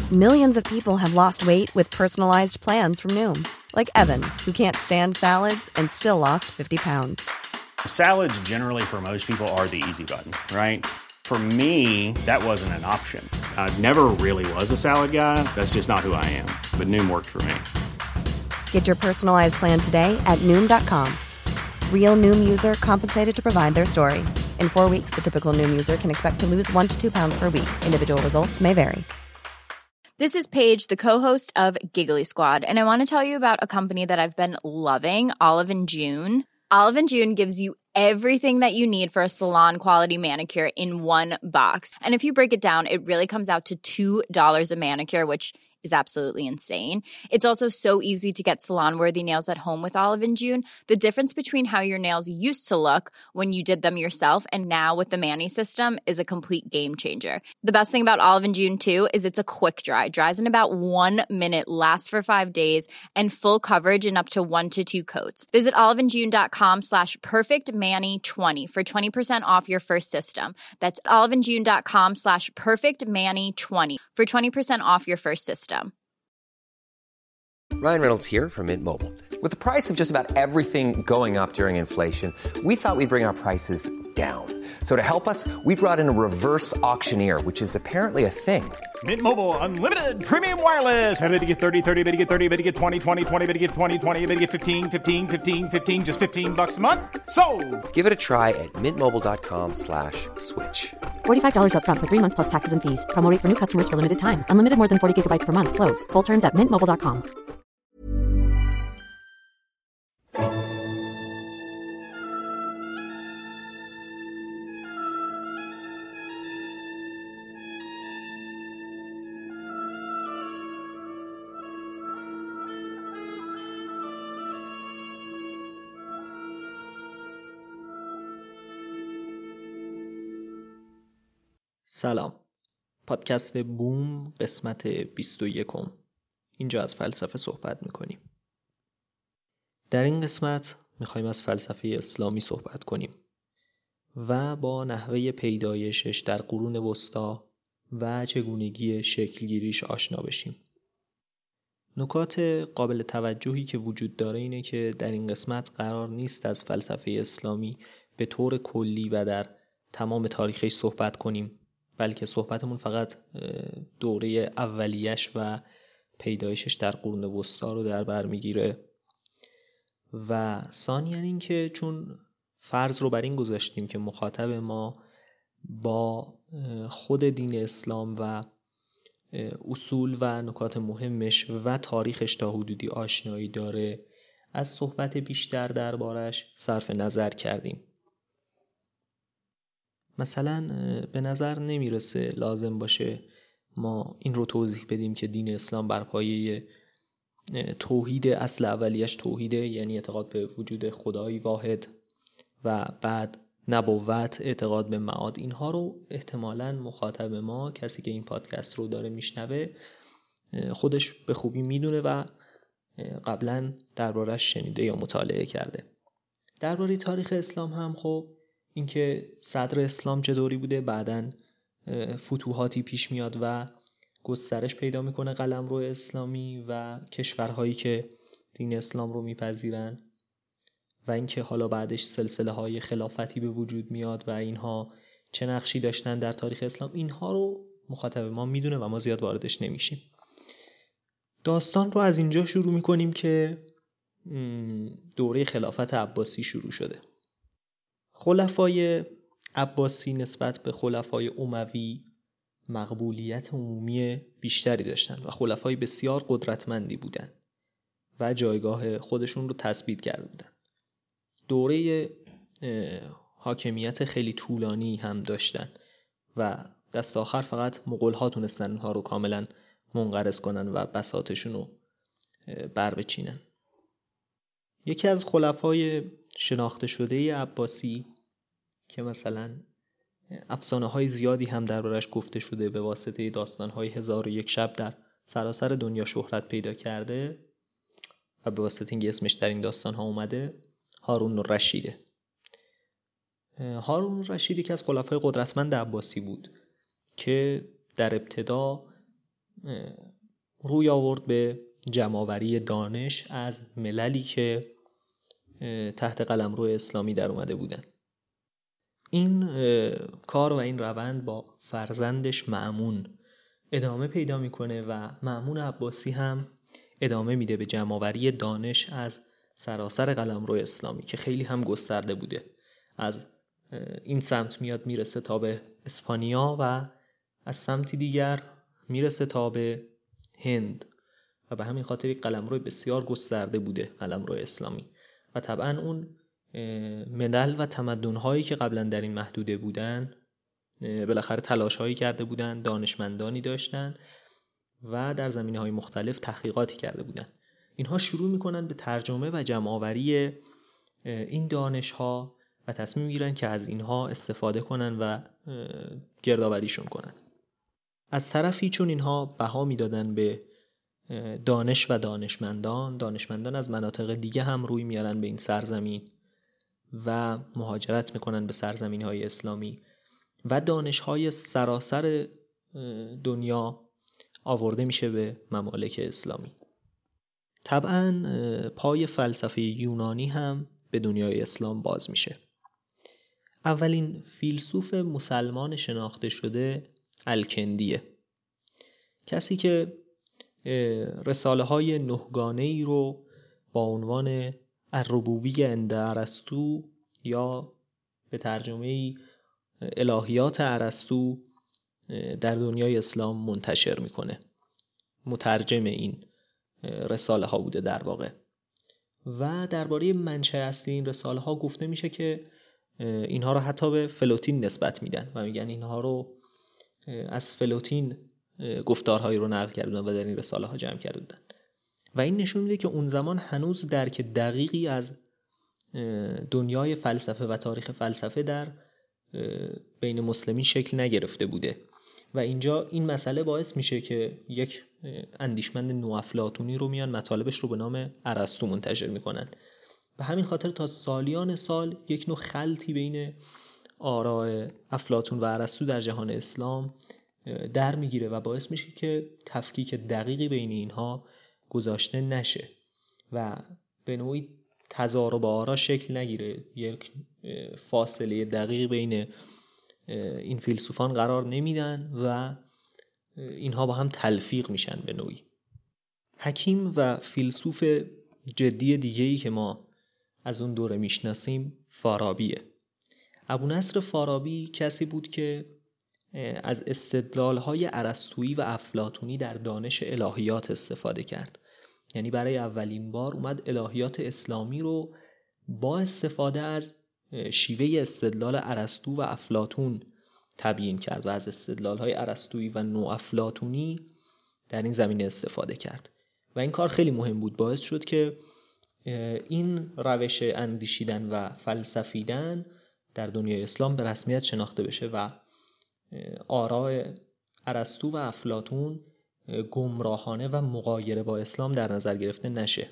Millions of people have lost weight with personalized plans from Noom. Like Evan, who can't stand salads and still lost 50 pounds. Salads generally for most people are the easy button, right? For me, that wasn't an option. I never really was a salad guy. That's just not who I am. But Noom worked for me. Get your personalized plan today at Noom.com. Real Noom user compensated to provide their story. In 4 weeks, the typical Noom user can expect to lose 1 to 2 pounds per week. Individual results may vary. This is Paige, the co-host of Giggly Squad, and I want to tell you about a company that I've been loving, Olive & June. Olive & June gives you everything that you need for a salon-quality manicure in one box. And if you break it down, it really comes out to $2 a manicure, which is absolutely insane. It's also so easy to get salon-worthy nails at home with Olive & June. The difference between how your nails used to look when you did them yourself and now with the Mani system is a complete game changer. The best thing about Olive & June, too, is it's a quick dry. Dries in about 1 minute, lasts for 5 days, and full coverage in up to 1 to 2 coats. Visit oliveandjune.com/perfectmani20 for 20% off your first system. That's oliveandjune.com/perfectmani20 for 20% off your first system. Ryan Reynolds here from Mint Mobile. With the price of just about everything going up during inflation, we thought we'd bring our prices down. So to help us, we brought in a reverse auctioneer, which is apparently a thing. Mint Mobile Unlimited Premium Wireless. How to get 30, 30, bit to get 30, bit to get 20, 20, 20, bit to get 20, 20, bit to get 15, 15, 15, 15, just $15 a month? Sold! Give it a try at mintmobile.com/switch. $45 up front for 3 months plus taxes and fees. Promo rate for new customers for limited time. Unlimited more than 40 gigabytes per month. Slows full terms at mintmobile.com. سلام. پادکست بوم قسمت 21. اینجا از فلسفه صحبت میکنیم. در این قسمت میخوایم از فلسفه اسلامی صحبت کنیم و با نحوه پیدایشش در قرون وسطا و چگونگی شکلگیریش آشنا بشیم. نکات قابل توجهی که وجود داره اینه که در این قسمت قرار نیست از فلسفه اسلامی به طور کلی و در تمام تاریخش صحبت کنیم، بلکه صحبتمون فقط دوره اولیش و پیدایشش در قرون وسطا رو در بر میگیره. و ثانیاً این که چون فرض رو بر این گذاشتیم که مخاطب ما با خود دین اسلام و اصول و نکات مهمش و تاریخش تا حدودی آشنایی داره، از صحبت بیشتر دربارش صرف نظر کردیم. مثلا به نظر نمیرسه لازم باشه ما این رو توضیح بدیم که دین اسلام بر پایه توحید، اصل اولیش توحیده، یعنی اعتقاد به وجود خدایی واحد و بعد نبوت، اعتقاد به معاد. اینها رو احتمالاً مخاطب ما، کسی که این پادکست رو داره میشنوه، خودش به خوبی میدونه و قبلا دربارش شنیده یا مطالعه کرده. درباره تاریخ اسلام هم خب اینکه صدر اسلام چطوری بوده، بعداً فتوحاتی پیش میاد و گسترش پیدا میکنه قلمرو اسلامی و کشورهایی که دین اسلام رو میپذیرن، و اینکه حالا بعدش سلسله های خلافتی به وجود میاد و اینها چه نقشی داشتن در تاریخ اسلام. اینها رو مخاطب ما میدونه و ما زیاد واردش نمیشیم. داستان رو از اینجا شروع میکنیم که دوره خلافت عباسی شروع شده. خلفای عباسی نسبت به خلفای اموی مقبولیت عمومی بیشتری داشتن و خلفای بسیار قدرتمندی بودن و جایگاه خودشون رو تثبیت کرده بودن. دوره حاکمیت خیلی طولانی هم داشتن و دست آخر فقط مغول‌ها تونستن اونها رو کاملا منقرض کنن و بساطشون رو بر بچینن. یکی از خلفای شناخته شده عباسی که مثلا افسانه‌های زیادی هم دربارش گفته شده، به واسطه داستان‌های 1001 شب در سراسر دنیا شهرت پیدا کرده و به واسطه اینکه اسمش در این داستان‌ها اومده، هارون الرشیده. هارون الرشید که از خلفای قدرتمند عباسی بود که در ابتدا روی آورد به جمع‌آوری دانش از مللی که تحت قلمرو اسلامی در اومده بودن. این کار و این روند با فرزندش مأمون ادامه پیدا میکنه و مأمون عباسی هم ادامه میده به جمع‌آوری دانش از سراسر قلمرو اسلامی که خیلی هم گسترده بوده. از این سمت میاد میرسه تا به اسپانیا و از سمتی دیگر میرسه تا به هند و به همین خاطر یک قلمرو بسیار گسترده بوده قلمرو اسلامی. و طبعا اون ملل و تمدن‌هایی که قبلا در این محدوده بودن بالاخره تلاش‌هایی کرده بودن، دانشمندانی داشتن و در زمینه‌های مختلف تحقیقاتی کرده بودن. اینها شروع میکنن به ترجمه و جمع‌آوری این دانش‌ها و تصمیم میگیرن که از اینها استفاده کنن و گردآوریشون کنن. از طرفی چون اینها بها میدادن به دانش و دانشمندان از مناطق دیگه هم روی میارن به این سرزمین و مهاجرت میکنن به سرزمین‌های اسلامی و دانش‌های سراسر دنیا آورده میشه به ممالک اسلامی. طبعاً پای فلسفه یونانی هم به دنیای اسلام باز میشه. اولین فیلسوف مسلمان شناخته شده الکندیه، کسی که رساله‌های 9 گانه‌ای رو با عنوان الربوبیه عند ارسطو یا به ترجمه الهیات ارسطو در دنیای اسلام منتشر میکنه. مترجم این رساله ها بوده در واقع. و درباره منشأ اصلی این رساله ها گفته میشه که اینها رو حتی به فلوتین نسبت میدن و میگن اینها رو از فلوتین گفتارهایی رو نقل کردن و در این رساله ها جمع کردن. و این نشون میده که اون زمان هنوز درک دقیقی از دنیای فلسفه و تاریخ فلسفه در بین مسلمین شکل نگرفته بوده و اینجا این مسئله باعث میشه که یک اندیشمند نوافلاطونی رو میان مطالبش رو به نام ارسطو منتشر میکنن. به همین خاطر تا سالیان سال یک نوع خلطی بین آراء افلاطون و ارسطو در جهان اسلام در میگیره و باعث میشه که تفکیک دقیقی بین اینها گذاشته نشه و به نوعی تضارب آرا شکل نگیره. یک فاصله دقیق بین این فیلسوفان قرار نمیدن و اینها با هم تلفیق میشن به نوعی. حکیم و فیلسوف جدی دیگه‌ای که ما از اون دوره میشناسیم فارابیه. ابونصر فارابی کسی بود که از استدلال‌های ارسطویی و افلاطونی در دانش الهیات استفاده کرد. یعنی برای اولین بار اومد الهیات اسلامی رو با استفاده از شیوه استدلال ارسطو و افلاطون تبیین کرد و از استدلال‌های ارسطویی و نوافلاطونی در این زمینه استفاده کرد و این کار خیلی مهم بود. باعث شد که این روش اندیشیدن و فلسفیدن در دنیای اسلام به رسمیت شناخته بشه و آراء ارسطو و افلاطون گمراهانه و مغایر با اسلام در نظر گرفته نشه.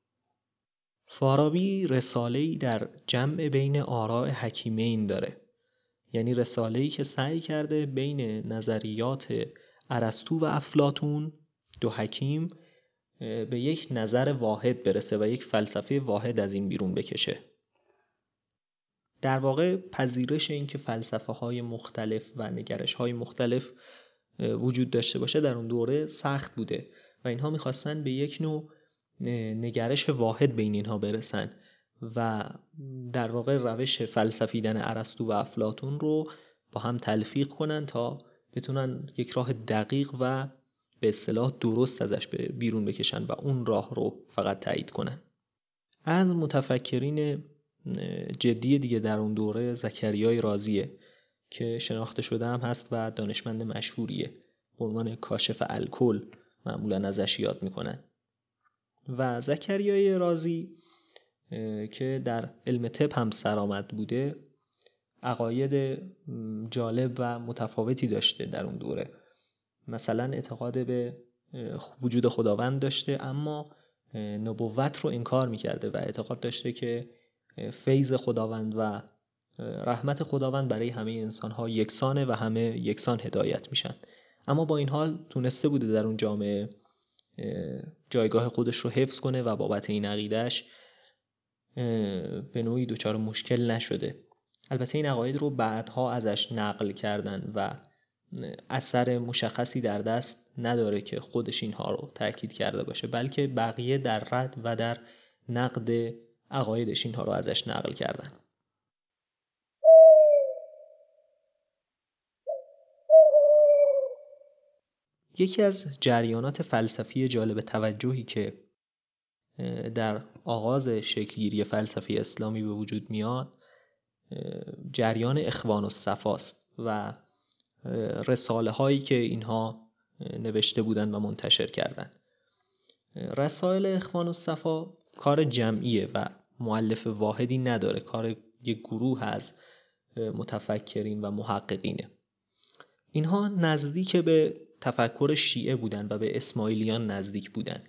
فارابی رساله‌ای در جمع بین آراء حکیمین داره، یعنی رساله‌ای که سعی کرده بین نظریات ارسطو و افلاطون دو حکیم به یک نظر واحد برسه و یک فلسفه واحد از این بیرون بکشه. در واقع پذیرش این که فلسفه‌های مختلف و نگرش‌های مختلف وجود داشته باشه در اون دوره سخت بوده و اینها می‌خواستن به یک نوع نگرش واحد بین اینها برسن و در واقع روش فلسفیدن ارسطو و افلاطون رو با هم تلفیق کنن تا بتونن یک راه دقیق و به اصطلاح درست ازش بیرون بکشن و اون راه رو فقط تایید کنن. از متفکرین جدی دیگه در اون دوره زکریای رازیه که شناخته شده هم هست و دانشمند مشهوریه، به عنوان کاشف الکل معمولا ازش یاد میکنن. و زکریای رازی که در علم طب هم سرآمد بوده عقاید جالب و متفاوتی داشته در اون دوره. مثلا اعتقاد به وجود خداوند داشته اما نبوت رو انکار میکرده و اعتقاد داشته که فیض خداوند و رحمت خداوند برای همه انسان‌ها یکسانه و همه یکسان هدایت میشن. اما با این حال تونسته بوده در اون جامعه جایگاه خودش رو حفظ کنه و بابت این عقیدهش به نوعی دچار مشکل نشده. البته این عقاید رو بعدها ازش نقل کردن و اثر مشخصی در دست نداره که خودش اینها رو تأکید کرده باشه، بلکه بقیه در رد و در نقد عقایدش اینها رو ازش نقل کردن. یکی از جریانات فلسفی جالب توجهی که در آغاز شکلگیری فلسفه اسلامی به وجود میاد جریان اخوان الصفاست و رساله هایی که اینها نوشته بودن و منتشر کردن. رسائل اخوان الصفا کار جمعیه و مؤلف واحدی نداره، کار یک گروه از متفکرین و محققینه. اینها نزدیک به تفکر شیعه بودن و به اسماعیلیان نزدیک بودن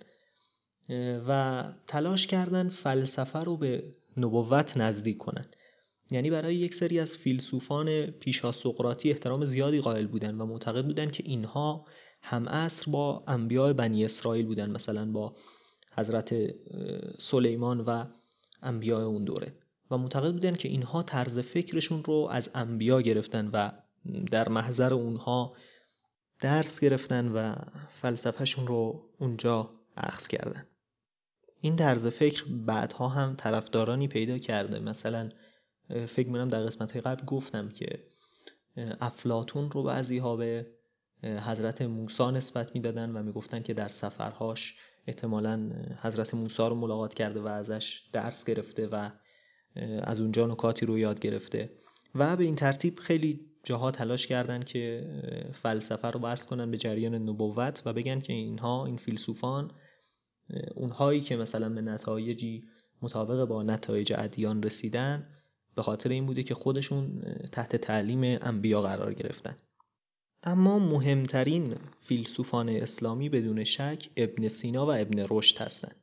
و تلاش کردن فلسفه رو به نبوت نزدیک کنن. یعنی برای یک سری از فیلسوفان پیشا سقراطی احترام زیادی قائل بودن و معتقد بودن که اینها هم عصر با انبیاء بنی اسرائیل بودن، مثلا با حضرت سلیمان و انبیاء اون دوره، و معتقد بودن که اینها طرز فکرشون رو از انبیا گرفتن و در محضر اونها درس گرفتن و فلسفهشون رو اونجا اخذ کردن. این طرز فکر بعدها هم طرفدارانی پیدا کرده. مثلا فکر می‌کنم در قسمت‌های قبل گفتم که افلاطون رو بعضی‌ها به حضرت موسی نسبت میدادن و میگفتن که در سفرهاش احتمالاً حضرت موسی رو ملاقات کرده و ازش درس گرفته و از اونجا نکاتی رو یاد گرفته و به این ترتیب خیلی جاها تلاش کردن که فلسفه رو وصل کنن به جریان نبوت و بگن که این فیلسوفان اونهایی که مثلا به نتایجی مطابق با نتایج ادیان رسیدن به خاطر این بوده که خودشون تحت تعلیم انبیا قرار گرفتن. اما مهمترین فیلسوفان اسلامی بدون شک ابن سینا و ابن رشد هستند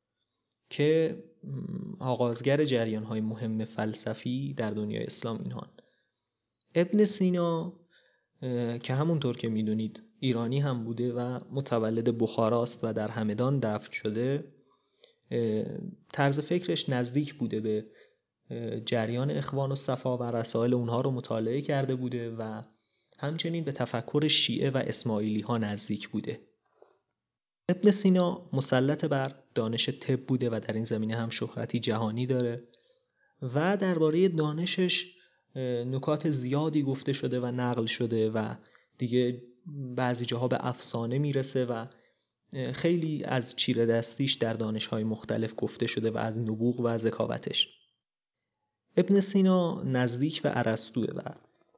که آغازگر جریان‌های مهم فلسفی در دنیای اسلام اینها. ابن سینا که همونطور که میدونید ایرانی هم بوده و متولد بخاراست و در همدان دفن شده، طرز فکرش نزدیک بوده به جریان اخوان الصفا و رسائل اونها رو مطالعه کرده بوده و همچنین به تفکر شیعه و اسماعیلی ها نزدیک بوده. ابن سینا مسلط بر دانش طب بوده و در این زمینه هم شهرتی جهانی داره و درباره دانشش نکات زیادی گفته شده و نقل شده و دیگه بعضی جاها به افسانه میرسه و خیلی از چیره دستیش در دانش‌های مختلف گفته شده و از نبوغ و ذکاوتش. ابن سینا نزدیک به ارسطوئه و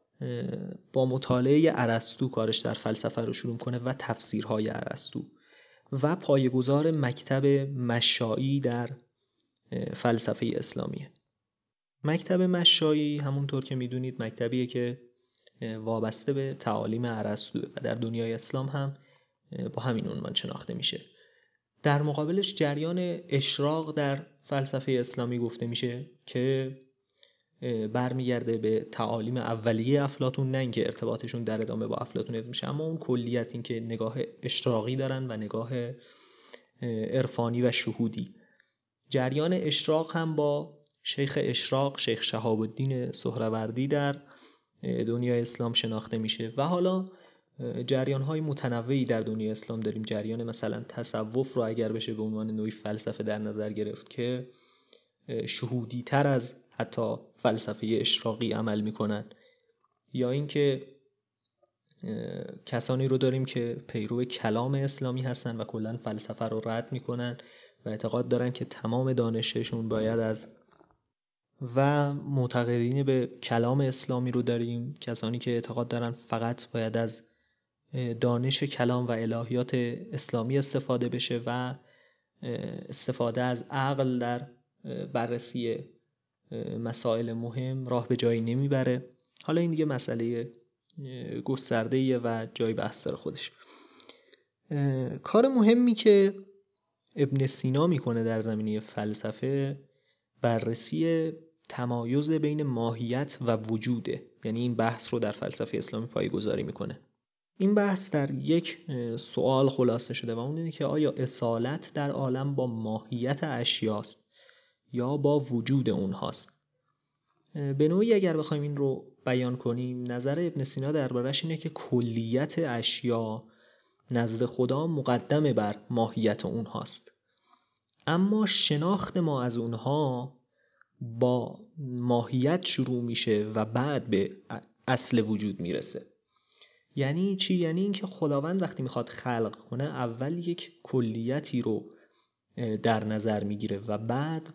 با مطالعه ارسطو کارش در فلسفه رو شروع کنه و تفسیرهای ارسطو و پایه‌گذار مکتب مشائی در فلسفه اسلامیه. مکتب مشائی همونطور که میدونید مکتبیه که وابسته به تعالیم ارسطو و در دنیای اسلام هم با همین عنوان شناخته میشه. در مقابلش جریان اشراق در فلسفه اسلامی گفته میشه که برمیگرده به تعالیم اولیه افلاطون، نه اینکه ارتباطشون در ادامه با افلاطون حفظ میشه، اما اون کلیت این که نگاه اشراقی دارن و نگاه عرفانی و شهودی. جریان اشراق هم با شیخ اشراق، شیخ شهاب الدین سهروردی در دنیای اسلام شناخته میشه و حالا جریان‌های متنوعی در دنیای اسلام داریم. جریان مثلا تصوف رو اگر بشه به عنوان نوعی فلسفه در نظر گرفت که شهودی تر از حتی فلسفه اشراقی عمل میکنن، یا اینکه کسانی رو داریم که پیرو کلام اسلامی هستن و کلا فلسفه رو رد میکنن و اعتقاد دارن که تمام دانششون باید از و معتقدین به کلام اسلامی رو داریم، کسانی که اعتقاد دارن فقط باید از دانش کلام و الهیات اسلامی استفاده بشه و استفاده از عقل در بررسی مسائل مهم راه به جایی نمیبره. حالا این دیگه مسئله گسترده‌ایه و جای بحث داره خودش. کار مهمی که ابن سینا میکنه در زمینه فلسفه بررسی تمایز بین ماهیت و وجوده، یعنی این بحث رو در فلسفه اسلامی پایه‌گذاری میکنه. این بحث در یک سوال خلاصه شده و اون اینه که آیا اصالت در عالم با ماهیت اشیاست یا با وجود اونهاست؟ به نوعی اگر بخوایم این رو بیان کنیم، نظر ابن سینا دربارش اینه که کلیت اشیا نزد خدا مقدمه بر ماهیت اونهاست، اما شناخت ما از اونها با ماهیت شروع میشه و بعد به اصل وجود میرسه. یعنی چی؟ یعنی اینکه خداوند وقتی میخواد خلق کنه اول یک کلیتی رو در نظر میگیره و بعد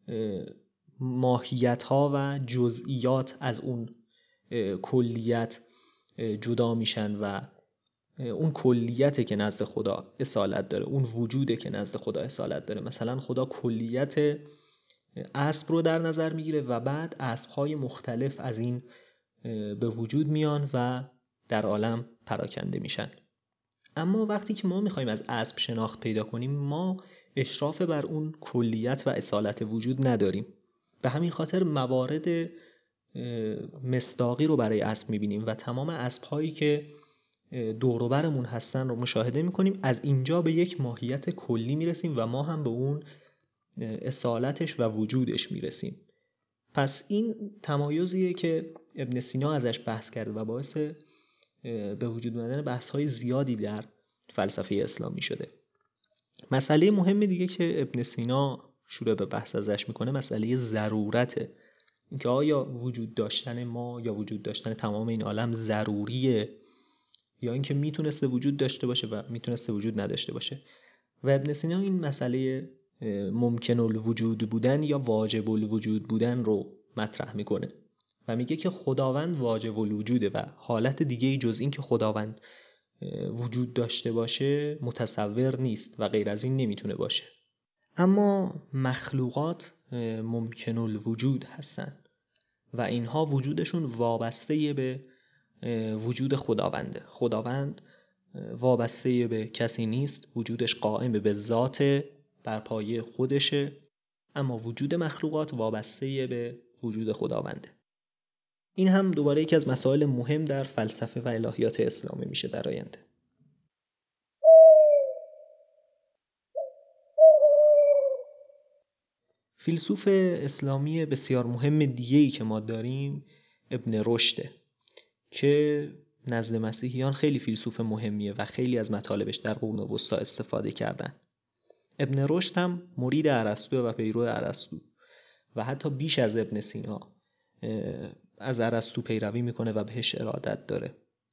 ماهیت ها و جزئیات از اون کلیت جدا میشن و اون کلیته که نزد خدا اصالت داره، اون وجوده که نزد خدا اصالت داره. مثلا خدا کلیت اسب رو در نظر میگیره و بعد اسب‌های مختلف از این به وجود میان و در عالم پراکنده میشن. اما وقتی که ما میخوایم از اسب شناخت پیدا کنیم، ما اشراف بر اون کلیت و اصالت وجود نداریم. به همین خاطر موارد مصداقی رو برای اسب میبینیم و تمام اسب‌هایی که دور و برمون هستن رو مشاهده میکنیم. از اینجا به یک ماهیت کلی میرسیم و ما هم به اون اصالتش و وجودش میرسیم. پس این تمایزیه که ابن سینا ازش بحث کرده و باعث به وجود اومدن بحث‌های زیادی در فلسفه اسلامی شده. مسئله مهم دیگه که ابن سینا شروع به بحث ازش میکنه مسئله ضرورته. اینکه آیا وجود داشتن ما یا وجود داشتن تمام این عالم ضروریه یا اینکه میتونسته وجود داشته باشه و میتونسته وجود نداشته باشه. و ابن سینا این مسئله ممکن الوجود بودن یا واجب الوجود بودن رو مطرح میکنه و میگه که خداوند واجب الوجوده و حالت دیگه جز این که خداوند وجود داشته باشه متصور نیست و غیر از این نمیتونه باشه. اما مخلوقات ممکن الوجود هستن و اینها وجودشون وابسته به وجود خداونده. خداوند وابسته به کسی نیست، وجودش قائم به ذات بر پایه خودشه، اما وجود مخلوقات وابسته به وجود خداونده. این هم دوباره یکی از مسائل مهم در فلسفه و الهیات اسلامی میشه در آینده. فیلسوف اسلامی بسیار مهم دیگه‌ای که ما داریم ابن رشده که نزد مسیحیان خیلی فیلسوف مهمیه و خیلی از مطالبش در قرون وسطی استفاده کردن. ابن رشد هم مرید ارسطو و پیرو ارسطو و حتی بیش از ابن سینا از ارسطو پیروی میکنه و بهش ارادت داره.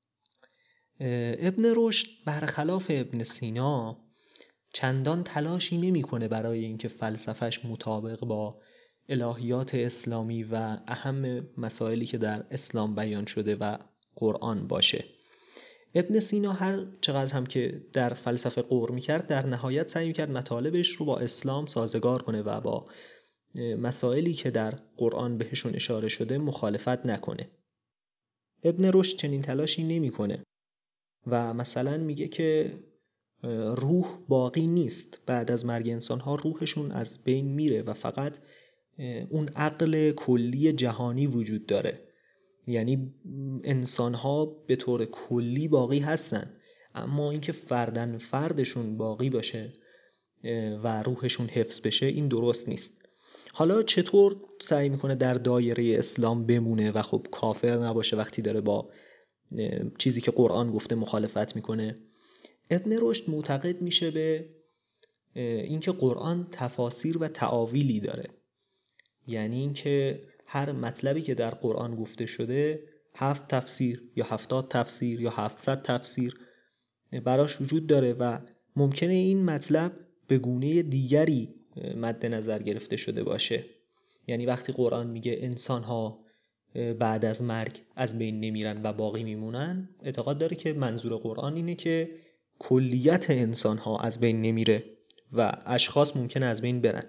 ابن رشد برخلاف ابن سینا چندان تلاشی نمیکنه برای اینکه فلسفهش مطابق با الهیات اسلامی و اهم مسائلی که در اسلام بیان شده و قرآن باشه. ابن سینا هر چقدر هم که در فلسفه غور میکرد، در نهایت سعی میکرد مطالبش رو با اسلام سازگار کنه و با مسائلی که در قرآن بهشون اشاره شده مخالفت نکنه. ابن رشد چنین تلاشی نمیکنه و مثلا میگه که روح باقی نیست، بعد از مرگ انسان‌ها روحشون از بین میره و فقط اون عقل کلی جهانی وجود داره. یعنی انسان‌ها به طور کلی باقی هستن، اما اینکه فردن فردشون باقی باشه و روحشون حفظ بشه این درست نیست. حالا چطور سعی میکنه در دایره اسلام بمونه و خب کافر نباشه وقتی داره با چیزی که قرآن گفته مخالفت میکنه؟ ابن رشد معتقد میشه به اینکه قرآن تفاسیر و تعاویلی داره. یعنی اینکه هر مطلبی که در قرآن گفته شده 7 تفسیر یا 70 تفسیر یا 700 تفسیر براش وجود داره و ممکنه این مطلب به گونه دیگری مد نظر گرفته شده باشه. یعنی وقتی قرآن میگه انسان‌ها بعد از مرگ از بین نمیرن و باقی میمونن، اعتقاد داره که منظور قرآن اینه که کلیت انسان‌ها از بین نمیره و اشخاص ممکنه از بین برن.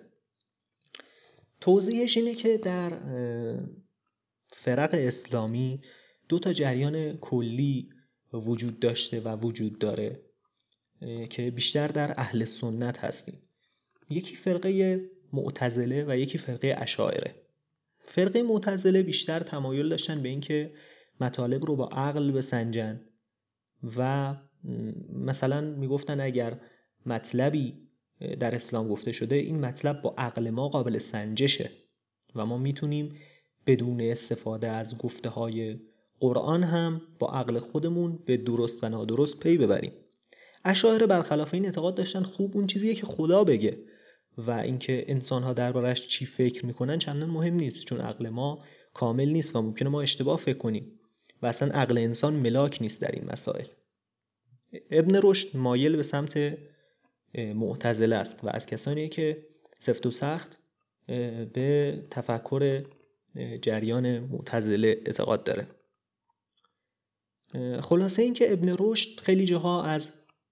توضیحش اینه که در فرق اسلامی 2 جریان کلی وجود داشته و وجود داره که بیشتر در اهل سنت هستیم. یکی فرقه معتزله و یکی فرقه اشاعره. فرقه معتزله بیشتر تمایل داشتن به اینکه مطالب رو با عقل بسنجن و مثلا میگفتن اگر مطلبی در اسلام گفته شده این مطلب با عقل ما قابل سنجشه و ما میتونیم بدون استفاده از گفته های قرآن هم با عقل خودمون به درست و نادرست پی ببریم. اشاعره برخلاف این اعتقاد داشتن خوب اون چیزیه که خدا بگه و اینکه انسان‌ها دربارش چی فکر میکنن چندان مهم نیست، چون عقل ما کامل نیست و ممکنه ما اشتباه فکر کنیم و اصلا عقل انسان ملاک نیست در این مسائل. ابن رشد مایل به سمت معتزله است و از کسانیه که سفت و سخت به تفکر جریان معتزله اعتقاد داره. خلاصه این که ابن رشد خیلی جاها از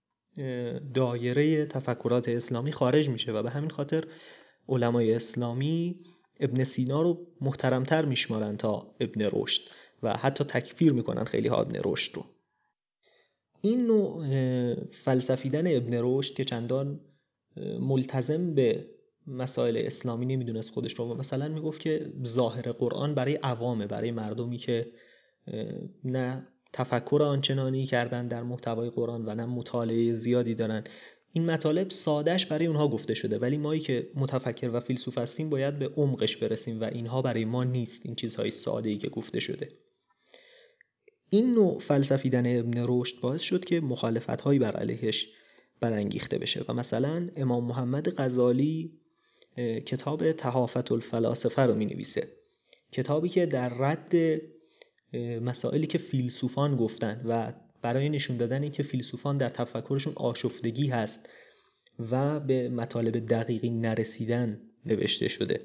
دایره تفکرات اسلامی خارج میشه و به همین خاطر علمای اسلامی ابن سینا رو محترمتر میشمارن تا ابن رشد و حتی تکفیر میکنن خیلی ها ابن رشد رو. این نوع فلسفیدن ابن رشد که چندان ملتزم به مسائل اسلامی نمیدونست خودش رو و مثلا میگفت که ظاهر قرآن برای عوامه، برای مردمی که نه تفکر آنچنانی کردن در محتوای قرآن و نه مطالعه زیادی دارن، این مطالب سادهش برای اونها گفته شده، ولی مایی که متفکر و فیلسوف هستیم باید به عمقش برسیم و اینها برای ما نیست، این چیزهای ساده‌ای که گفته شده. این نوع فلسفیدن ابن رشد باعث شد که مخالفت‌هایی بر علیهش برانگیخته بشه و مثلا امام محمد غزالی کتاب تحافت الفلاسفه رو می‌نویسه، کتابی که در رد مسائلی که فیلسوفان گفتن و برای نشون دادن اینکه فیلسوفان در تفکرشون آشفتگی هست و به مطالب دقیقی نرسیدن نوشته شده.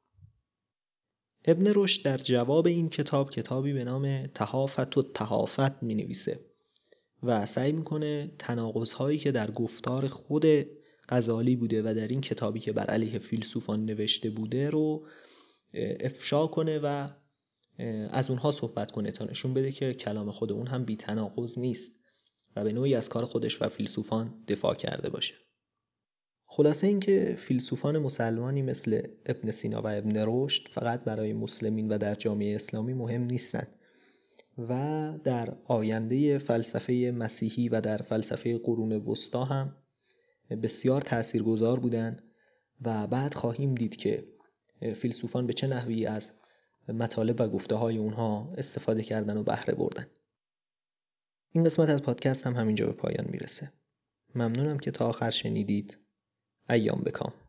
ابن رشد در جواب این کتاب کتابی به نام تحافت و تحافت می نویسه و سعی میکنه تناقض‌هایی که در گفتار خود غزالی بوده و در این کتابی که بر علیه فیلسوفان نوشته بوده رو افشا کنه و از اونها صحبت کنه تا نشون بده که کلام خود اون هم بی تناقض نیست و به نوعی از کار خودش و فیلسوفان دفاع کرده باشه. خلاصه این که فیلسوفان مسلمانی مثل ابن سینا و ابن رشد فقط برای مسلمین و در جامعه اسلامی مهم نیستن و در آینده فلسفه مسیحی و در فلسفه قرون وسطا هم بسیار تاثیرگذار بودن و بعد خواهیم دید که فیلسوفان به چه نحوی از مطالب و گفته های اونها استفاده کردن و بهره بردن. این قسمت از پادکست هم همینجا به پایان میرسه. ممنونم که تا آخر شنیدید. ایام بکام.